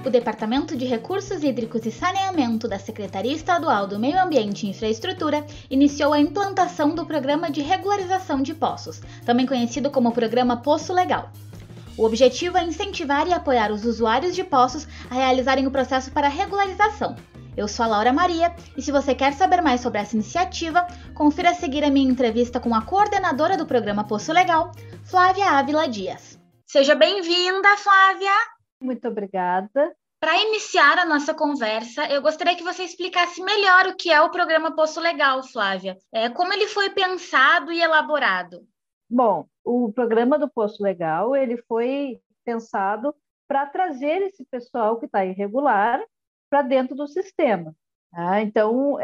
O Departamento de Recursos Hídricos e Saneamento da Secretaria Estadual do Meio Ambiente e Infraestrutura iniciou a implantação do Programa de Regularização de Poços, também conhecido como Programa Poço Legal. O objetivo é incentivar e apoiar os usuários de poços a realizarem o processo para regularização. Eu sou a Laura Maria e se você quer saber mais sobre essa iniciativa, confira a seguir a minha entrevista com a coordenadora do Programa Poço Legal, Flávia Ávila Dias. Seja bem-vinda, Flávia! Muito obrigada. Para iniciar a nossa conversa, eu gostaria que você explicasse melhor o que é o Programa Poço Legal, Flávia. Como ele foi pensado e elaborado? Bom, o programa do Poço Legal ele foi pensado para trazer esse pessoal que está irregular para dentro do sistema. Então,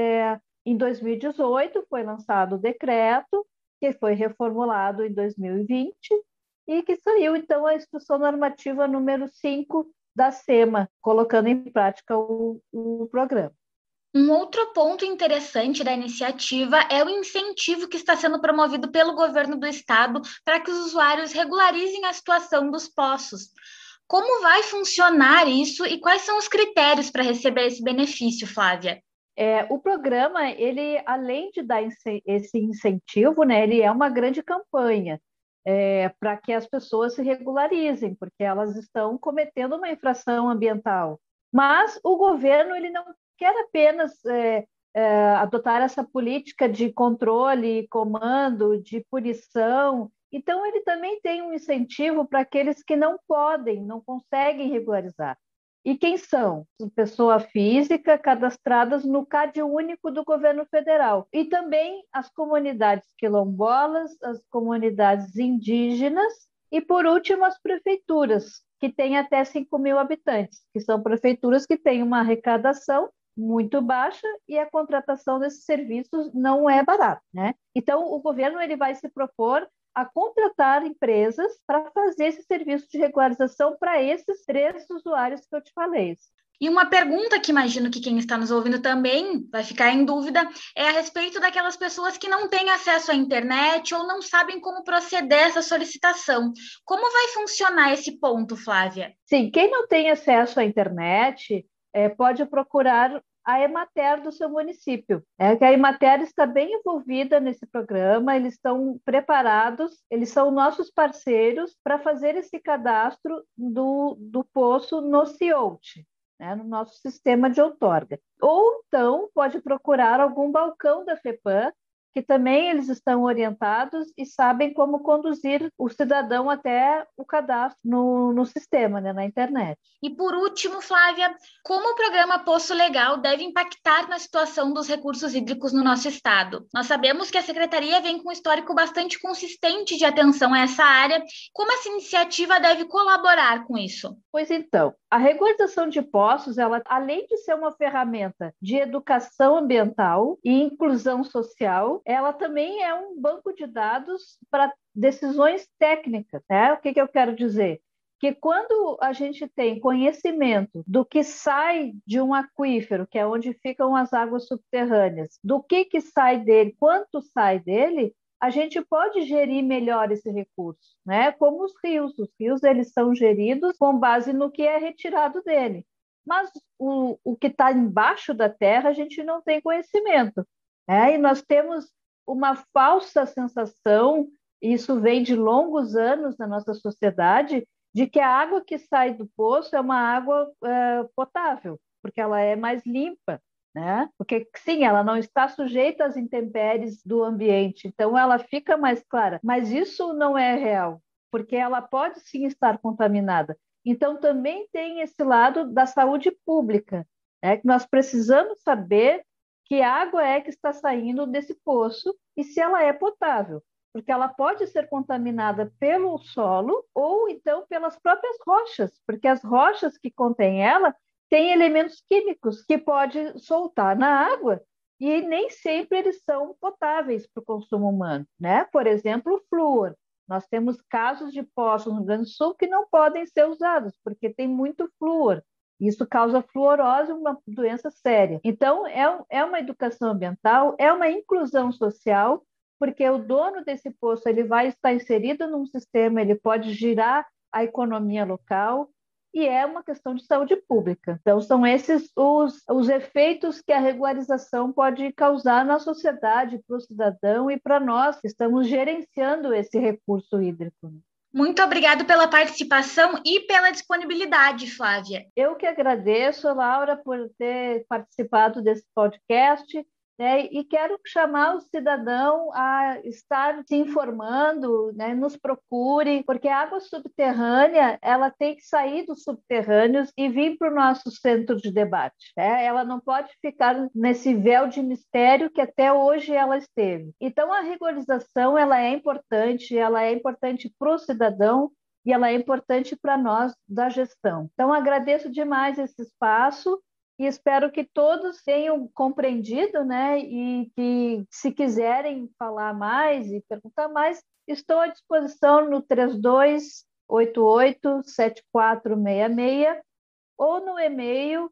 em 2018 foi lançado o decreto, que foi reformulado em 2020 e que saiu, então, a Instrução Normativa número 5 da SEMA, colocando em prática o programa. Um outro ponto interessante da iniciativa é o incentivo que está sendo promovido pelo governo do estado para que os usuários regularizem a situação dos poços. Como vai funcionar isso e quais são os critérios para receber esse benefício, Flávia? O programa, ele, além de dar esse incentivo, né, ele é uma grande campanha para que as pessoas se regularizem, porque elas estão cometendo uma infração ambiental. Mas o governo ele não quer apenas adotar essa política de controle, comando, de punição. Então, ele também tem um incentivo para aqueles que não podem, não conseguem regularizar. E quem são? Pessoa física cadastradas no CAD único do governo federal. E também as comunidades quilombolas, as comunidades indígenas e, por último, as prefeituras, que têm até 5.000 habitantes, que são prefeituras que têm uma arrecadação muito baixa e a contratação desses serviços não é barata, né? Então, o governo ele vai se propor a contratar empresas para fazer esse serviço de regularização para esses 3 usuários que eu te falei. E uma pergunta que imagino que quem está nos ouvindo também vai ficar em dúvida é a respeito daquelas pessoas que não têm acesso à internet ou não sabem como proceder essa solicitação. Como vai funcionar esse ponto, Flávia? Sim, quem não tem acesso à internet pode procurar a Emater do seu município. Que a Emater está bem envolvida nesse programa, eles estão preparados, eles são nossos parceiros para fazer esse cadastro do poço no CIOUT, no nosso sistema de outorga. Ou então pode procurar algum balcão da FEPAM, que também eles estão orientados e sabem como conduzir o cidadão até o cadastro no sistema, na internet. E por último, Flávia, como o programa Poço Legal deve impactar na situação dos recursos hídricos no nosso estado? Nós sabemos que a Secretaria vem com um histórico bastante consistente de atenção a essa área. Como essa iniciativa deve colaborar com isso? Pois então, a regularização de poços, ela, além de ser uma ferramenta de educação ambiental e inclusão social, ela também é um banco de dados para decisões técnicas, né? O que eu quero dizer? Que quando a gente tem conhecimento do que sai de um aquífero, que é onde ficam as águas subterrâneas, do que sai dele, quanto sai dele, a gente pode gerir melhor esse recurso, né? Como os rios. Os rios eles são geridos com base no que é retirado dele. Mas o que está embaixo da terra a gente não tem conhecimento, né? E nós temos uma falsa sensação, e isso vem de longos anos na nossa sociedade, de que a água que sai do poço é uma água potável, porque ela é mais limpa, né? Porque, sim, ela não está sujeita às intempéries do ambiente, então ela fica mais clara. Mas isso não é real, porque ela pode, sim, estar contaminada. Então, também tem esse lado da saúde pública, né? Que nós precisamos saber que água é que está saindo desse poço e se ela é potável, porque ela pode ser contaminada pelo solo ou então pelas próprias rochas, porque as rochas que contêm ela têm elementos químicos que pode soltar na água e nem sempre eles são potáveis para o consumo humano, né? Por exemplo, o flúor. Nós temos casos de poços no Rio Grande do Sul que não podem ser usados, porque tem muito flúor. Isso causa fluorose, uma doença séria. Então, é uma educação ambiental, é uma inclusão social, porque o dono desse poço ele vai estar inserido num sistema, ele pode girar a economia local, e é uma questão de saúde pública. Então, são esses os efeitos que a regularização pode causar na sociedade, para o cidadão e para nós que estamos gerenciando esse recurso hídrico. Muito obrigado pela participação e pela disponibilidade, Flávia. Eu que agradeço, Laura, por ter participado desse podcast. E quero chamar o cidadão a estar se informando, nos procure, porque a água subterrânea ela tem que sair dos subterrâneos e vir para o nosso centro de debate. Ela não pode ficar nesse véu de mistério que até hoje ela esteve. Então, a regularização ela é importante para o cidadão e ela é importante para nós da gestão. Então, agradeço demais esse espaço. E espero que todos tenham compreendido, e que, se quiserem falar mais e perguntar mais, estou à disposição no 3288-7466 ou no e-mail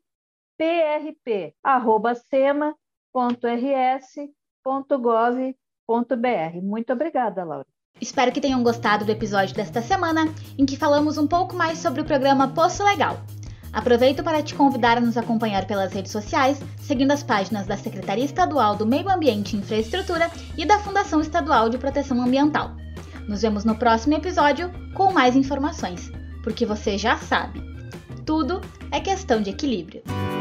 prp@sema.rs.gov.br. Muito obrigada, Laura. Espero que tenham gostado do episódio desta semana, em que falamos um pouco mais sobre o programa Poço Legal. Aproveito para te convidar a nos acompanhar pelas redes sociais, seguindo as páginas da Secretaria Estadual do Meio Ambiente e Infraestrutura e da Fundação Estadual de Proteção Ambiental. Nos vemos no próximo episódio com mais informações, porque você já sabe, tudo é questão de equilíbrio.